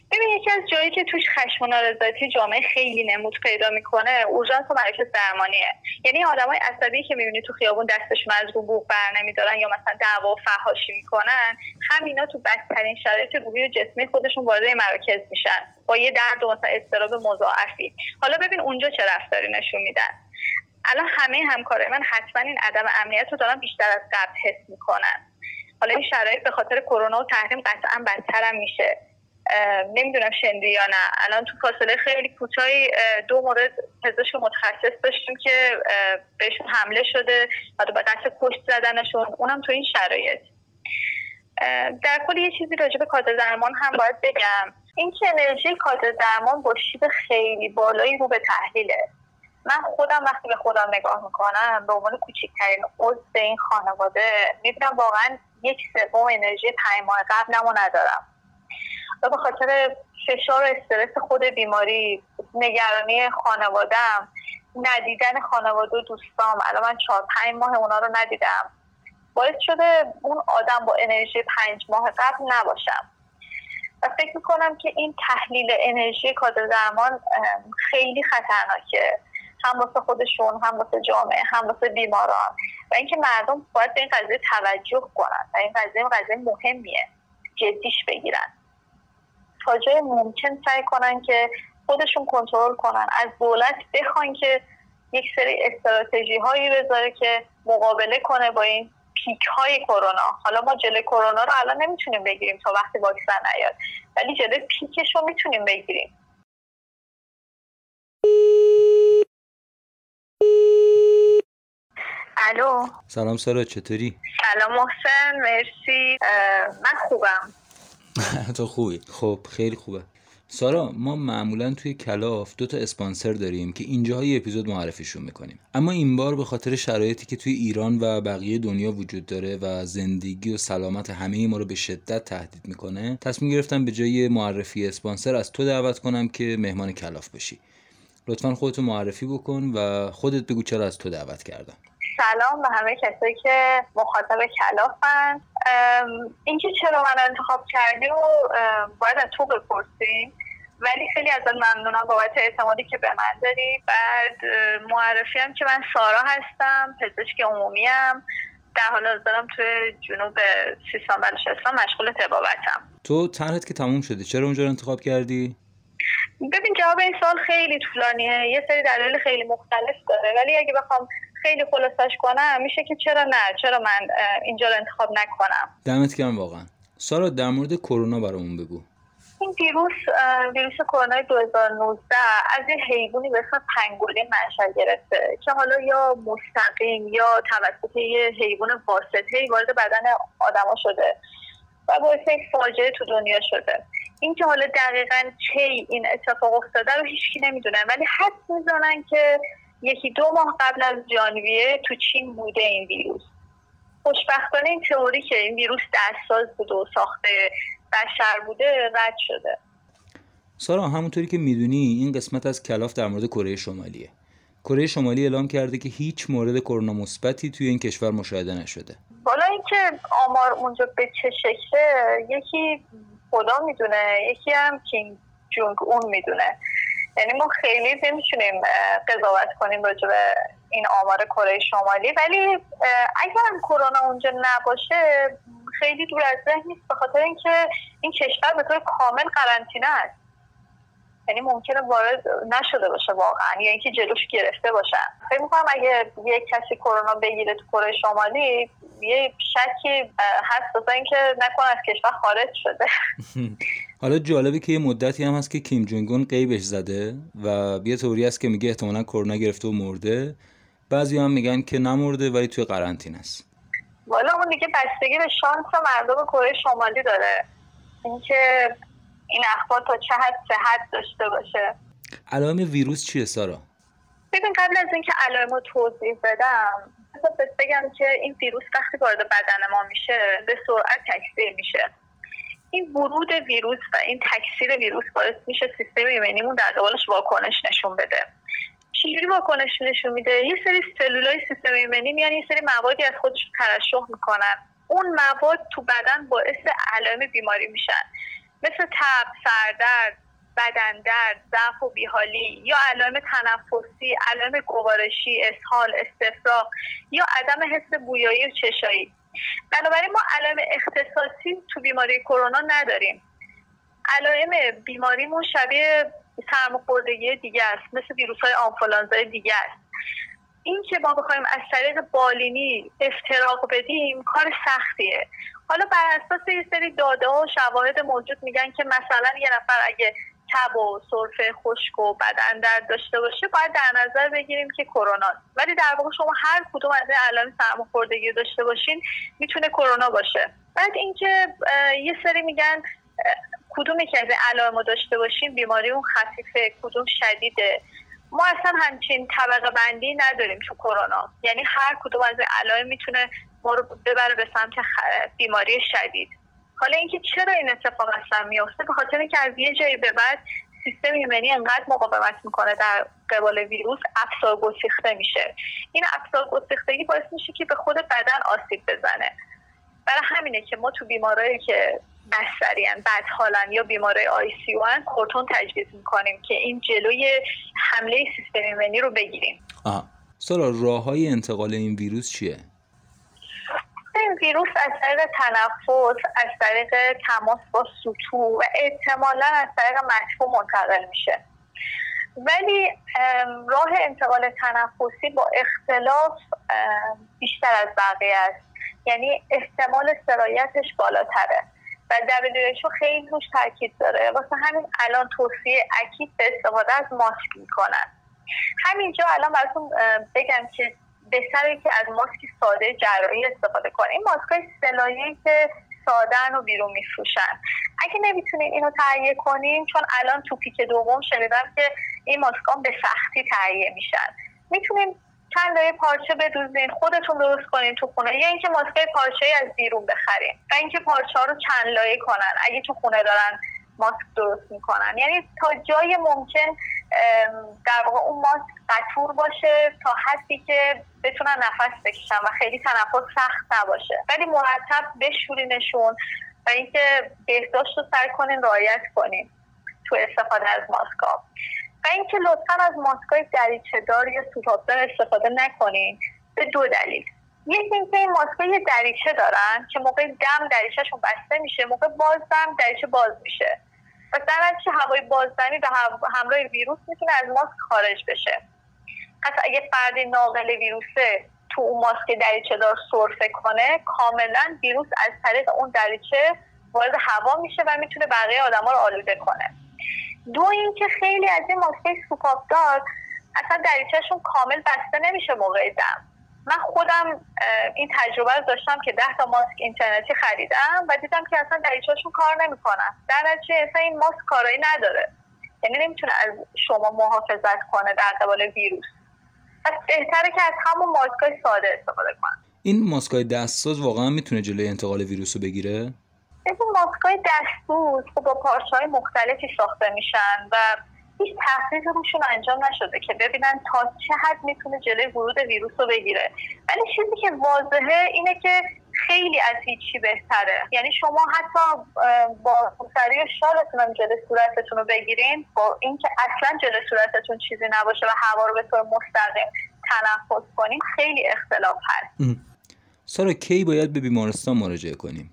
ببین یکی از جایی که توش خشم و نارضایتی جامعه خیلی نمود پیدا میکنه اورژانس و مراکز درمانیه. یعنی آدمای عصبی که میبینی تو خیابون دستشون از رو بوق بر نمیدارن یا مثلا دعوا و فحاشی میکنن، همینا تو بدترین شرایط روحی و جسمی خودشون وارد مراکز میشن با یه درد و مثلا اضطراب مضاعفی. حالا ببین اونجا چه رفتاری نشون میدن. الان همه همکارای من حتما این عدم امنیت رو دارن بیشتر از قبل حس میکنن. حالا این شرایط به خاطر کرونا و تحریم قطعا بدتر هم میشه. نمیدونم شنیدی یا نه، الان تو فاصله خیلی کوتاهی 2 مورد پزشک متخصص داشتیم که بهشون حمله شده و به قصد کشت زدنشون، اونم تو این شرایط. در کل یه چیزی راجع به کادر درمان هم باید بگم، این که انرژی کادر درمان با شیب خیلی بالایی رو به تحلیله. من خودم وقتی به خودم نگاه میکنم به عنوان کوچکترین عضو این خانواده میبینم واقعا 1/3 انرژی 5 ماه قبلمو ندارم و به خاطر فشار و استرس خود بیماری، نگرانی خانواده‌ام، ندیدن خانواده و دوستام، الان من 4-5 ماه اونا رو ندیدم، باعث شده اون آدم با انرژی 5 ماه قبل نباشم و فکر میکنم که این تحلیل انرژی کادر درمان خیلی خطرناکه، هم واسه خودشون، هم واسه جامعه، هم واسه بیماران، و اینکه مردم باید به این قضیه توجه کنن و این قضیه مهمیه، جدیش بگیرن، تا جای ممکن سعی کنن که خودشون کنترل کنن، از دولت بخوان که یک سری استراتژی هایی بذاره که مقابله کنه با این پیک های کرونا. حالا ما جلوی کرونا رو الان نمیتونیم بگیریم تا وقتی واکسن نیاد، ولی جلوی پیکش رو میتونیم بگیریم. الو. سلام سارا، چطوری؟ سلام محسن، مرسی. من خوبم. تو خوبی؟ خب خیلی خوبه. سارا، ما معمولا توی کلاف 2 اسپانسر داریم که اینجاهای اپیزود معرفیشون میکنیم، اما این بار به خاطر شرایطی که توی ایران و بقیه دنیا وجود داره و زندگی و سلامت همه ما رو به شدت تهدید میکنه، تصمیم گرفتم به جای معرفی اسپانسر از تو دعوت کنم که مهمان کلاف بشی. لطفاً خودتو معرفی بکن و خودت بگو چرا از تو دعوت کردم. سلام به همه کسایی که مخاطب کلافن. اینکه چرا من انتخاب کردی و باید از تو بپرسیم، ولی خیلی ازت ممنونم بابت اعتمادی که به من داری. بعد معرفیم که من سارا هستم، پزشک عمومیم، در حال حاضرم توی جنوب سیستان بلوچستان مشغول طبابتم. تو طرحت که تموم شده، چرا اونجا رو انتخاب کردی؟ ببین جواب این سوال خیلی طولانیه، یه سری دلایل خیلی مختلف داره، ولی اگه بخوام خیلی خلاصش کنم میشه که چرا من اینجا رو انتخاب نکنم. دمت گرم واقعا. سارا، در مورد کرونا برامون بگو. این ویروس کرونا 2019 از یه حیوانی به اسم پنگولین منشأ گرفته که حالا یا مستقیم یا توسط یه حیوان واسطه‌ای وارد بدن آدما شده و باعث یک فاجعه تو دنیا شده. این که حالا دقیقاً چه این اتفاق افتاده رو هیچکی نمیدونه، ولی حدس میزنن که 1-2 ماه قبل از ژانویه تو چین بوده این ویروس. خوشبختانه این تئوری که این ویروس دستساز بوده و ساخته بشر بوده رد شده. سارا، همونطوری که میدونی این قسمت از کلاف در مورد کره شمالیه. کره شمالی اعلام کرده که هیچ مورد کرونا مثبتی توی این کشور مشاهده نشده. حالا اینکه آمار اونجا به چه شکله یکی خدا میدونه، یکی هم کیم جونگ اون میدونه. یعنی ما خیلی نمیتونیم قضاوت کنیم راجع به این آمار کره شمالی، ولی اگر هم کرونا اونجا نباشه خیلی دور از ذهن نیست، به خاطر اینکه این کشور به طور کامل قرنطینه است. یعنی ممکنه وارد نشده باشه واقعا، یا اینکه جلوش گرفته باشن. فکر می‌کنم اگه یک کسی کرونا بگیره تو کره شمالی یه شکی هست واسه اینکه نکنه از کشور خارج شده. حالا جالبه که یه مدتی هم هست که کیم جونگ اون غیبش زده و یه تئوری هست که میگه احتمالاً کرونا گرفته و مرده. بعضیا هم میگن که نمرده ولی توی قرنطینه است. والا اون دیگه بستگی به شانس مردم کره شمالی داره، اینکه این اخبار تا چه حد صحت داشته باشه. علائم ویروس چیه سارا؟ ببین قبل از اینکه علائم رو توضیح بدم بگم که این ویروس وقتی وارد بدن ما میشه به سرعت تکثیر میشه. این ورود ویروس و این تکثیر ویروس باعث میشه سیستم ایمنیمون در قبالش واکنش نشون بده. چجوری واکنش نشون میده؟ یه سری سلولای سیستم ایمنی میان یه سری موادی از خودشون ترشح میکنن، اون مواد تو بدن باعث علائم بیماری میشن. مثل تب، سردرد، بدن درد، ضعف و بیحالی یا علائم تنفسی، علائم گوارشی، اسهال، استفراغ یا عدم حس بویایی و چشایی. بنابراین ما علائم اختصاصی تو بیماری کرونا نداریم. علائم بیماریمون شبیه سرماخوردگی دیگه است، مثل ویروس‌های آنفولانزای دیگه است. این که ما بخوایم از طریق بالینی افتراق بدیم کار سختیه. حالا بر اساس یه سری داده ها و شواهد موجود میگن که مثلا یه نفر اگه تب و سرفه خشک و بدن درد داشته باشه باید در نظر بگیریم که کرونا، ولی در واقع شما هر کدوم از این علائم سرماخوردگی داشته باشین میتونه کرونا باشه. بعد اینکه یه سری میگن کدومی که از این علائم داشته باشین بیماری اون خفیفه، کدوم شدیده. ما اصلا همچین طبقه بندی نداریم تو کرونا، یعنی هر کدوم از این علائم میتونه ما رو ببره به سمت بیماری شدید. حالا اینکه چرا این اتفاق اصلا میفته، به خاطر اینکه از یه جایی به بعد سیستم ایمنی انقدر مقاومت میکنه در قبال ویروس، افسار گسیخته میشه. این افسار گسیختگی باعث میشه که به خود بدن آسیب بزنه. برای همینه که ما تو بیمارایی که بستریان، بدحالن یا بیماری ICU ان کورتون تجویز میکنیم که این جلوی حمله سیستم ایمنی رو بگیریم. سارا، راههای انتقال این ویروس چیه؟ این ویروس از طریق تنفس، از طریق تماس با سطوح و احتمالاً از طریق مدفوع منتقل میشه. ولی راه انتقال تنفسی با اختلاف بیشتر از بقیه است، یعنی احتمال سرایتش بالاتره و WHO خیلی روش تاکید داره. واسه همین الان توصیه اکید به استفاده از ماسک میکنن. همینجا الان براتون بگم که بهتره که از ماسک ساده جراحی استفاده کنین. این ماسکای سلایه‌ای که ساده‌ن و بیرون میفروشن. اگه نمیتونین اینو تهیه کنین، چون الان تو پیک دوم شنیدم که این ماسک‌ها به سختی تهیه میشن، میتونین چند لایه پارچه بدوزین خودتون درست کنین تو خونه، یا اینکه ماسکای پارچه‌ای از بیرون بخرین و اینکه پارچه‌ها رو چند لایه کنن اگه تو خونه دارن ماسک درست میکنن. یعنی تا جای ممکن در واقع اون ماسک قطور باشه تا حدی که بتونن نفس بکشن و خیلی تنفس سخت نباشه، ولی مرتب بشورینشون و اینکه بهداشت رو سعی کنین رعایت کنین تو استفاده از ماسک‌ها. و اینکه لطفاً از ماسک‌های دریچه‌دار یا سوتابدار استفاده نکنین به دو دلیل. یکی اینکه این ماسک‌ها یه دریچه دارن که موقع دم دریچه‌شون بسته میشه، موقع بازدم دریچه باز میشه و در نتیجه هوای بازدمی به همراه ویروس میتونه از ماسک خارج بشه. پس اگه فردی ناقل ویروسه تو اون ماسک دریچه دار سرفه کنه، کاملا ویروس از طریق اون دریچه وارد هوا میشه و میتونه بقیه آدما رو آلوده کنه. دو اینکه خیلی از این ماسک سوپاپدار اصلا دریچه‌شون کامل بسته نمیشه موقع دم. من خودم این تجربه رو داشتم که 10 تا ماسک اینترنتی خریدم و دیدم که اصلا دریچه‌شون کار نمیکنن. در نتیجه اصلا این ماسک کارایی نداره، یعنی نمیتونه از شما محافظت کنه در قبال ویروس. پس بهتره که از همون ماسک‌های ساده استفاده کنن. این ماسک‌های دستساز واقعا میتونه جلوی انتقال ویروس رو بگیره؟ این ماسک‌های دستسوز خب با پارچه‌های مختلفی ساخته میشن و هیچ تحقیقی روشون انجام نشده که ببینن تا چه حد میتونه جلوی ورود ویروس رو بگیره. ولی چیزی که واضحه اینه که خیلی از هیچی بهتره. یعنی شما حتی با روسری و شالتون هم جلوی صورتتون رو بگیرین، با اینکه اصلا جلوی صورتتون چیزی نباشه و هوا رو به طور مستقیم تنفس کنین، خیلی اختلاف هست. سارا، کی باید به بیمارستان مراجعه کنیم؟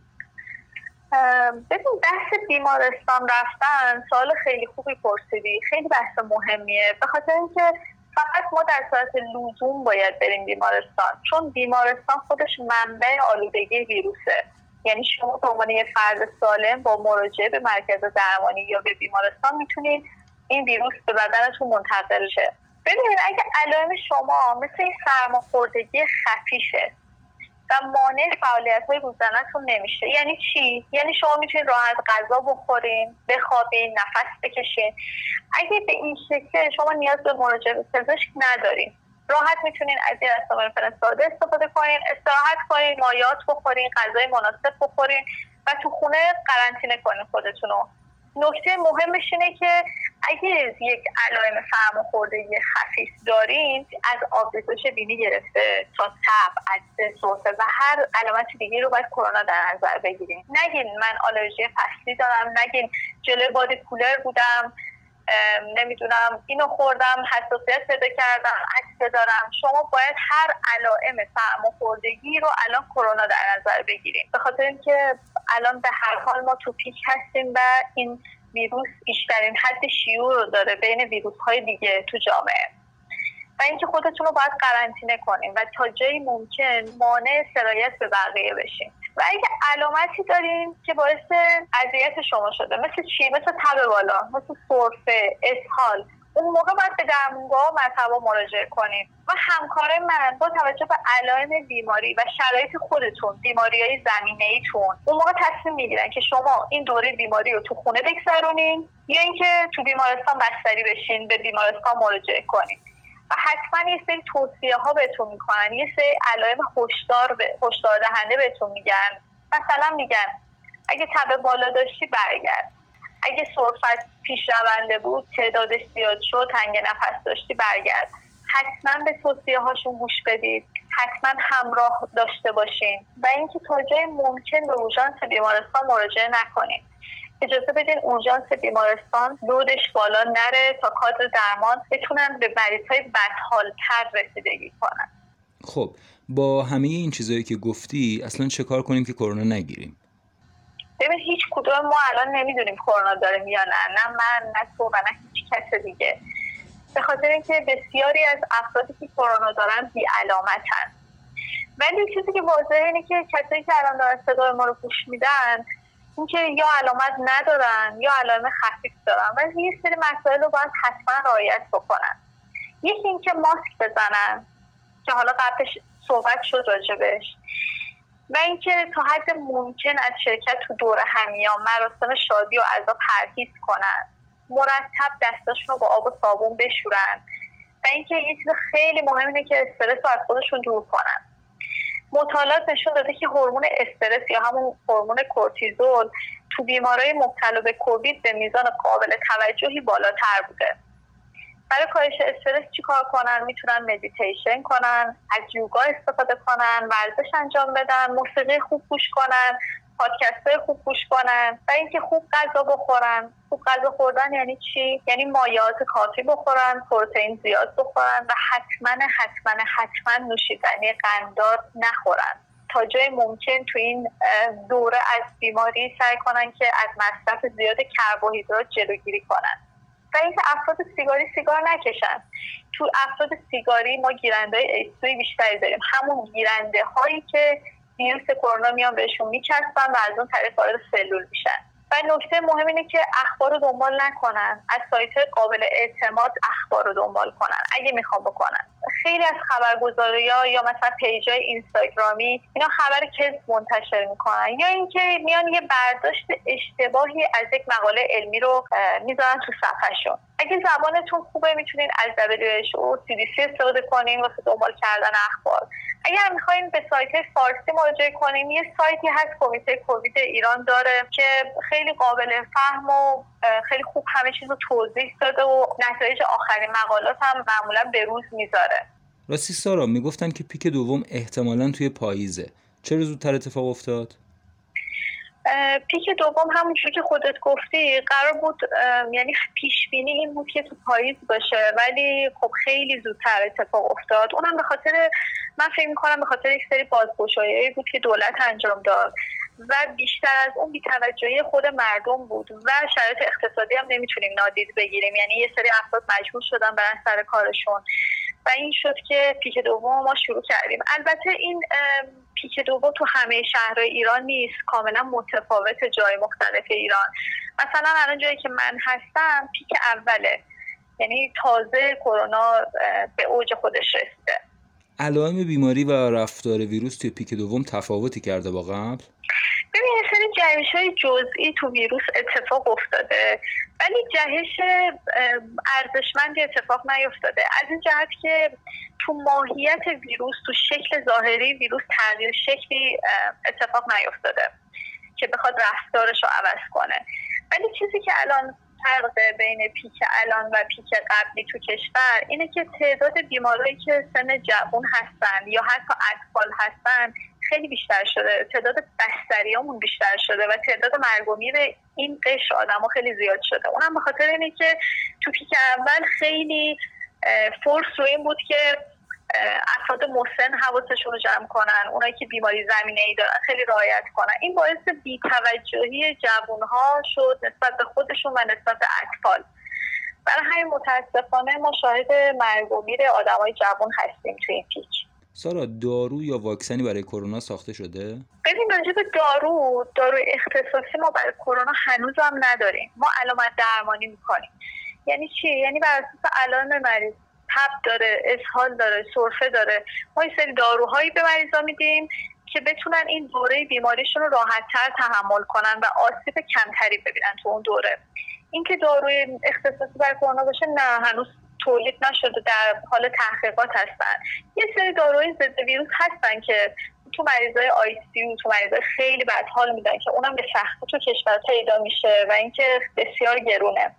ببین، بحث بیمارستان رفتن سوال خیلی خوبی پرسیدی، خیلی بحث مهمیه، به خاطر اینکه فقط ما در صورت لزوم باید بریم بیمارستان، چون بیمارستان خودش منبع آلودگی ویروسه. یعنی شما به عنوان یه فرد سالم با مراجعه به مرکز درمانی یا به بیمارستان میتونید این ویروس به بدنتون منتقل شه. ببینید اگه علائم شما مثل این سرماخوردگی خفیفه و مانع فعالیت‌های روزانه‌تون نمیشه، یعنی چی؟ یعنی شما میتونید راحت غذا بخورین، بخوابین، نفس بکشین. اگه به این شکل شما نیاز به مراجعه به پزشک ندارین، راحت میتونین از این استامینوفن ساده استفاده کنین، استراحت کنین، مایعات بخورین، غذای مناسب بخورین و تو خونه قرنطینه کنین خودتونو. نکته مهمش اینه که اگه یک علائم سرماخوردگی خفیف دارین، از آبریزش بینی گرفته تا تب، عطسه، سرفه و هر علامت دیگه رو باید کرونا در نظر بگیریم. نگین من آلرژی فصلی دارم، نگین جلوی باد کولر بودم، نمیدونم اینو خوردم حساسیت پیدا کردم، عطسه دارم. شما باید هر علائم سرماخوردگی رو الان کرونا در نظر بگیریم، به خاطر اینکه الان به هر حال ما تو پیک هستیم و این ویروس بیشترین حد شیوع رو داره بین ویروس‌های دیگه تو جامعه، و اینکه خودتون رو باید قرنطینه کنیم و تا جایی ممکن مانع سرایت به بقیه بشیم. و اگه علامتی دارین که باعث اذیت شما شده، مثل چی؟ مثل تب بالا، مثل سرفه، اسهال، اون موقع باید به درمانگاه و مطب‌ها مراجعه کنیم. و همکار من با توجه به علائم بیماری و شرایط خودتون، بیماری‌های زمینه‌ایتون، اون موقع تصمیم میگیرن که شما این دوره بیماری رو تو خونه بگذرونین یا اینکه تو بیمارستان بستری بشین، به بیمارستان مراجعه کنین. و حتما یه سری توصیه ها بهتون میکنن، یه سری علائم هشدار دهنده بهتون میگن. مثلا میگن اگه تب بالا داشتی برگرد، اگه سرفت پیش رونده بود، تعدادش زیاد شد، تنگ نفس داشتی برگرد. حتما به توصیه هاشون گوش بدید، حتما همراه داشته باشین و اینکه تا جای ممکن به اورژانس بیمارستان مراجعه نکنین. اجازه بدین اورژانس بیمارستان لودش بالا نره تا کادر درمان بتونن به مریض‌های بدحال‌تر رسیدگی کنن. خب با همه این چیزایی که گفتی اصلا چه کار کنیم که کرونا نگیریم؟ ببین هیچ کدوم ما الان نمیدونیم کرونا داریم یا نه من، نه تو و نه هیچ کس دیگه، به خاطر اینکه بسیاری از افرادی که کرونا دارن بی علامتن. ولی چیزی که واضحه اینه که کسایی که الان دارن صدای ما رو گوش میدن اینکه یا علامت ندارن یا علائم خفیف دارن و یه سری مسائل رو باید حتما رعایت بکنن. یکی اینکه ماسک بزنن که حالا قبلش صحبت شد راجبش، و اینکه تا حد ممکن از شرکت تو دور همیان، مراسم شادی و عزا پرهیز کنن، مرتب دستاشون رو با آب و صابون بشورن و اینکه یه چیز خیلی مهم اینه که استرس رو از خودشون دور کنن. مطالعات نشون داده که هورمون استرس یا همون هورمون کورتیزول تو بیمارای مبتلا به کووید به میزان قابل توجهی بالاتر بوده. برای کاهش استرس چیکار کنن؟ میتونن مدیتیشن کنن، از یوگا استفاده کنن، ورزش انجام بدن، موسیقی خوب گوش کنن، پادکست‌های خوب گوش کنن و اینکه خوب غذا بخورن. خوب غذا خوردن یعنی چی؟ یعنی مایعات کافی بخورن، پروتئین زیاد بخورن و حتما نوشیدنی قنددار نخورن. تا جای ممکن تو این دوره از بیماری سعی کنن که از مصرف زیاد کربوهیدرات جلوگیری کنن. و اینکه افراد سیگار نکشن. تو افراد سیگاری ما گیرنده‌های H2 بیشتری داریم، همون گیرنده هایی که ویروس کرونا میان بهشون میچسبن و از اون طریق وارد سلول میشن. و نکته مهم اینه که اخبار رو دنبال نکنن، از سایت‌های قابل اعتماد اخبار رو دنبال کنن اگه میخوام بکنن. خیلی از خبرگزاری‌ها یا مثلا پیج‌های اینستاگرامی اینا خبر کذب منتشر میکنن یا اینکه میان یه برداشت اشتباهی از یک مقاله علمی رو میذارن تو صفحه‌شون. اگه زبانتون خوبه میتونین از WHO CDC استفاده کنین واسه دنبال کردن اخبار. اگر میخواین به سایت فارسی مراجعه کنین، یه سایتی هست کمیته کووید ایران داره که خیلی قابل فهم و خیلی خوب همه چیز رو توضیح داده و نتایج آخرین مقالات هم معمولا به روز میذاره. راستی سارا میگفتن که پیک دوم احتمالاً توی پاییزه، چرا زودتر اتفاق افتاد؟ پیک دوم همونجوری که خودت گفتی قرار بود، یعنی پیش بینی این بود که تو پاییز باشه، ولی خب خیلی زودتر اتفاق افتاد. اونم به خاطر، من فکر می‌کنم به خاطر یک سری بازگشایی‌ای بود که دولت انجام داد و بیشتر از اون بی‌توجهی خود مردم بود و شرایط اقتصادی هم نمیتونیم نادید بگیریم. یعنی یه سری افراد مجبور شدن برن سر کارشون و این شد که پیک دوم ما شروع کردیم. البته این پیک دوم تو همه شهرهای ایران نیست، کاملا متفاوت جای مختلف ایران. مثلا الان جایی که من هستم پیک اوله، یعنی تازه کرونا به اوج خودش رسیده. علائم بیماری و رفتار ویروس توی پیک دوم تفاوتی کرده با قبل؟ ببین یه سری جهش‌های جزئی تو ویروس اتفاق افتاده ولی جهش ارزشمندی اتفاق نیفتاده، از این جهت که تو ماهیت ویروس، تو شکل ظاهری ویروس تغییر شکلی اتفاق نیفتاده که بخواد رفتارش رو عوض کنه. ولی چیزی که الان فرق بین پیک الان و پیک قبلی تو کشور اینه که تعداد بیمارایی که سن جوان هستن یا حتی اطفال هستن خیلی بیشتر شده، تعداد بستریامون بیشتر شده و تعداد مرگ و میر این قشر آدم‌ها خیلی زیاد شده. اونم به خاطر اینه که تو پیک اول خیلی فورس رو این بود که افراد مسن حواسشون رو جمع کنن، اونایی که بیماری زمینه‌ای دارن خیلی رعایت کنن. این باعث بی‌توجهی جوان‌ها شد نسبت به خودشون و نسبت به اطفال. برای همین متاسفانه ما شاهد مرگ و میر آدمای جوان هستیم توی این پیک. سارا، دارو یا واکسنی برای کرونا ساخته شده؟ ببین راجع به دارو اختصاصی ما برای کرونا هنوز هم نداریم. ما علامت درمانی میکنیم. یعنی چی؟ یعنی بر اساس علائم مریض، تب داره، اسهال داره، سرفه داره، ما یه سری داروهایی به مریضا میدیم که بتونن این دوره بیماریشون رو راحت‌تر تحمل کنن و آسیب کمتری ببینن تو اون دوره. اینکه داروی اختصاصی برای کرونا باشه نه، هنوز تولید نشده، در حال تحقیقات هستن. یه سری داروهای ضد ویروس هستن که تو مریضای آی سی یو، تو مریضای خیلی بد حال میدن که اونم به سختی تو کشور پیدا میشه و اینکه بسیار گرونه.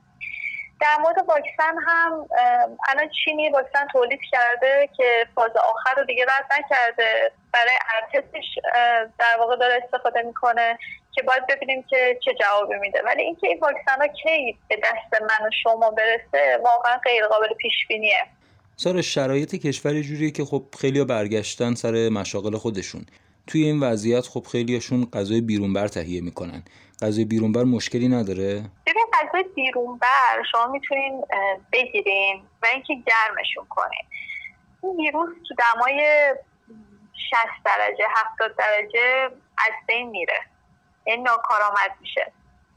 در مورد واکسن هم الان چینی واکسن تولید کرده که فاز آخر رو دیگه رد نکرده، برای ارتشش در واقع داره استفاده میکنه که باید ببینیم که چه جوابی میده. ولی اینکه این واکسن ها کی به دست من و شما برسه واقعا غیر قابل پیش بینیه. سارا، شرایط کشور جوریه که خب خیلی‌ها برگشتن سر مشاغل خودشون. توی این وضعیت خب خیلیاشون غذای بیرونبر تهیه میکنن. غذای بیرونبر مشکلی نداره؟ ببین غذای بیرونبر شما میتونین بگیرین و اینکه گرمشون کنین. این ویروس تو دمای 60 درجه 70 درجه از بین میره، یعنی ناکارآمد میشه.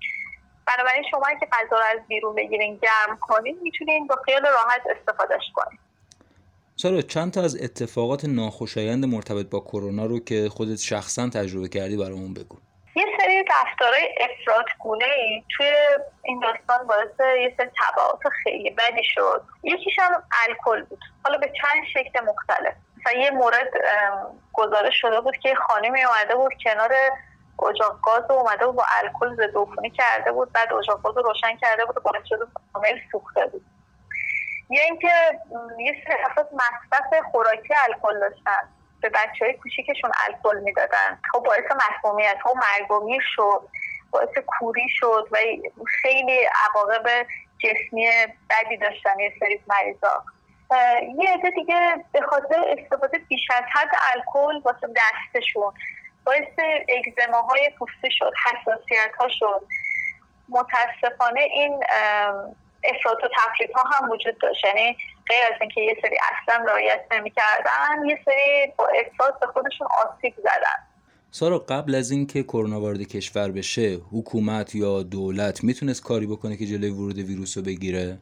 بنابراین شما که غذا رو از بیرون بگیرین گرم کنین میتونین با خیال راحت استفادهش کنین. سارا، چند تا از اتفاقات ناخوشایند مرتبط با کرونا رو که خودت شخصا تجربه کردی برامون بگو. یه سری رفتارهای افراط‌گونه‌ای توی این داستان باعث یه سری تبعات خیلی بدی شد. یکیش هم الکل بود، حالا به چند شکل مختلف. مثلا یه مورد گزارش شده بود که خانمی اومده بود کنار اجاق گاز اومده بود با الکل ضد عفونی کرده بود، بعد اجاق گاز رو روشن کرده بود و باعث شده کامل سوخته بود. یا اینکه یه سری افراد مصرف خوراکی الکل داشتن، به بچه‌های کوچیکشون الکل میدادن، خب باعث مسمومیت و مرگ و میر شد، باعث کوری شد و خیلی عواقب جسمی بدی داشتن یه سری مریضا. یه عده دیگه به خاطر استفاده بیش از حد الکل واسه دستشون باعث اگزماهای پوستی شد، حساسیت‌ها شد. متاسفانه این افراط و تفریط ها هم وجود داشت، یعنی غیر از اینکه یه سری اصلا رعایت نمی‌کردن، یه سری با افراط به خودشون آسیب زدن. سارا، قبل از اینکه کرونا وارد کشور بشه حکومت یا دولت میتونست کاری بکنه که جلوی ورود ویروس رو بگیره؟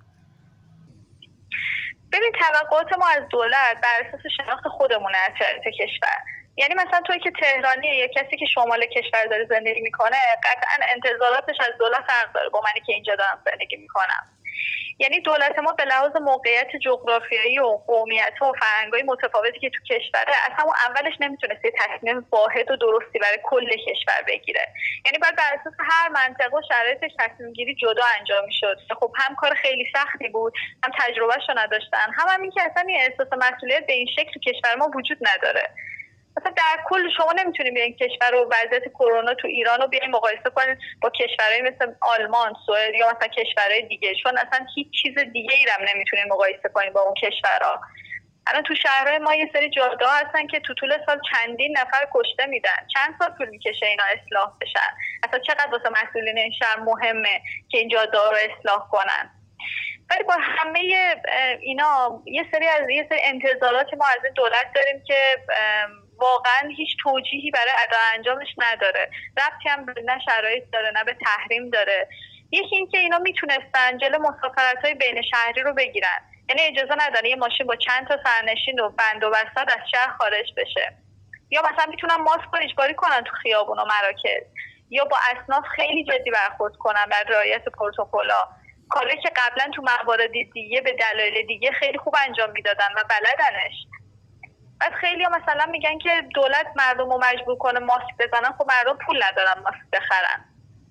ببین توقعات ما از دولت بر اساس شناخت خودمونه از شرایط کشور. یعنی مثلا توی که تهرانیه، یا کسی که شمال کشور داره زندگی میکنه قطعا انتظاراتش از دولت فرق داره با منی که اینجا دارم زندگی میکنم. یعنی دولت ما به لحاظ موقعیت جغرافیایی و قومیت و فرهنگ‌های متفاوتی که تو کشوره، اصلا اون اولش نمیتونست یه تصمیم واحد و درستی برای کل کشور بگیره. یعنی باید بر اساس هر منطقه و شرایطش تصمیم گیری جدا انجام میشد. خب هم کار خیلی سختی بود، هم تجربهشو نداشتن، هم این که اصلا این احساس مسئولیت به این شکل تو کشور ما وجود نداره. مثلا در کل شما نمیتونید بیاین کشور و وضعیت کرونا تو ایران رو بیاین مقایسه کنید با کشورهای مثل آلمان، سوئد یا مثلا کشورهای دیگه، چون اصلا هیچ چیز دیگه ای رو نمیتونید مقایسه کنید با اون کشورها. الان تو شهرهای ما یه سری جاده‌ها هستن که تو طول سال چندین نفر کشته میدن. چند سال طول میکشه اینا اصلاح بشن؟ اصلا چقدر واسه مسئولین این شهر مهمه که این جاده‌ها رو اصلاح کنن؟ ولی با همه اینا یه سری انتظارات ما از این دولت داریم که واقعا هیچ توجیهی برای ادا انجامش نداره. ربطی هم نه شرایط داره نه به تحریم داره. یکی این که اینا میتونستن جلو مسافرت‌های بین شهری رو بگیرن، یعنی اجازه نداره یه ماشین با چند تا سرنشین و بند و بستر از شهر خارج بشه. یا مثلا میتونن ماسک رو اجباری کنن تو خیابون و مراکز، یا با اسناد خیلی جدی برخورد کنن بر رعایت پروتکل‌ها، کاری که قبلا تو موارد دیگه به دلایل دیگه خیلی خوب انجام میدادن و بلدنش. بعد خیلی ها مثلا میگن که دولت مردم رو مجبور کنه ماسک بزنن، خب مردم پول ندارن ماسک بخرن.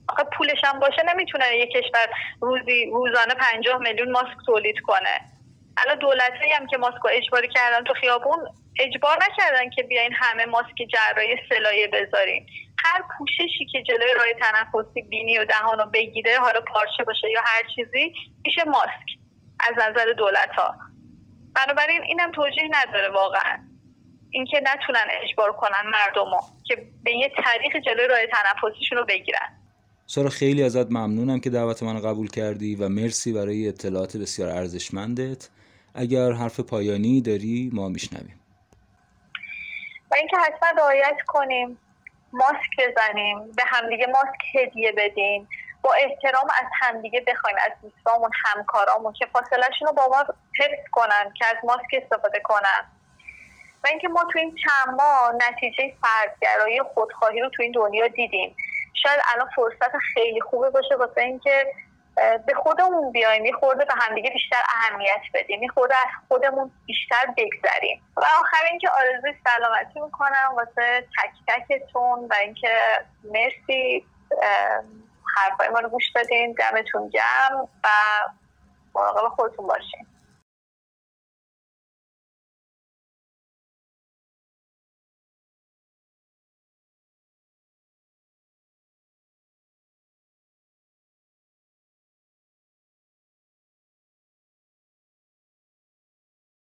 آخه پولش هم باشه نمیتونه یک کشور روزانه 50 میلیون ماسک تولید کنه. الان دولتایی هم که ماسک اجباری کردن تو خیابون، اجبار نکردن که بیاین همه ماسک جراحی سلایه بذارین. هر پوششی که جلوی راه تنفسی بینی و دهان رو بگیره، حالا پارچه باشه یا هر چیزی، میشه ماسک از نظر دولت‌ها. بنابراین اینم توجیه نداره واقعا اینکه نتونن اجبار کنن مردمو که به یه طریق جلوی راه تنفسیشون رو بگیرن. سارا خیلی ازت ممنونم که دعوت منو قبول کردی و مرسی برای اطلاعات بسیار ارزشمندت. اگر حرف پایانی داری ما میشنویم. و اینکه حتما رعایت کنیم، ماسک بزنیم، به همدیگه ماسک هدیه بدیم، با احترام از همدیگه بخوایم از دوستامون، همکارامون که فاصله‌شون رو با ما حفظ کنن که از ماسک استفاده کنن. و اینکه ما تو این چند ماه نتیجه فردگرایی خودخواهی رو تو این دنیا دیدیم. شاید الان فرصت خیلی خوبه باشه واسه اینکه به خودمون بیایم، یه خورده به همدیگه بیشتر اهمیت بدیم، یه خورده از خودمون بیشتر بگذریم. و آخر اینکه آرزوی سلامتی میکنم واسه تک تکتون و اینکه مرسی حرفای ما رو گوش دادین. دمتون گرم و مراقب خودتون باشین.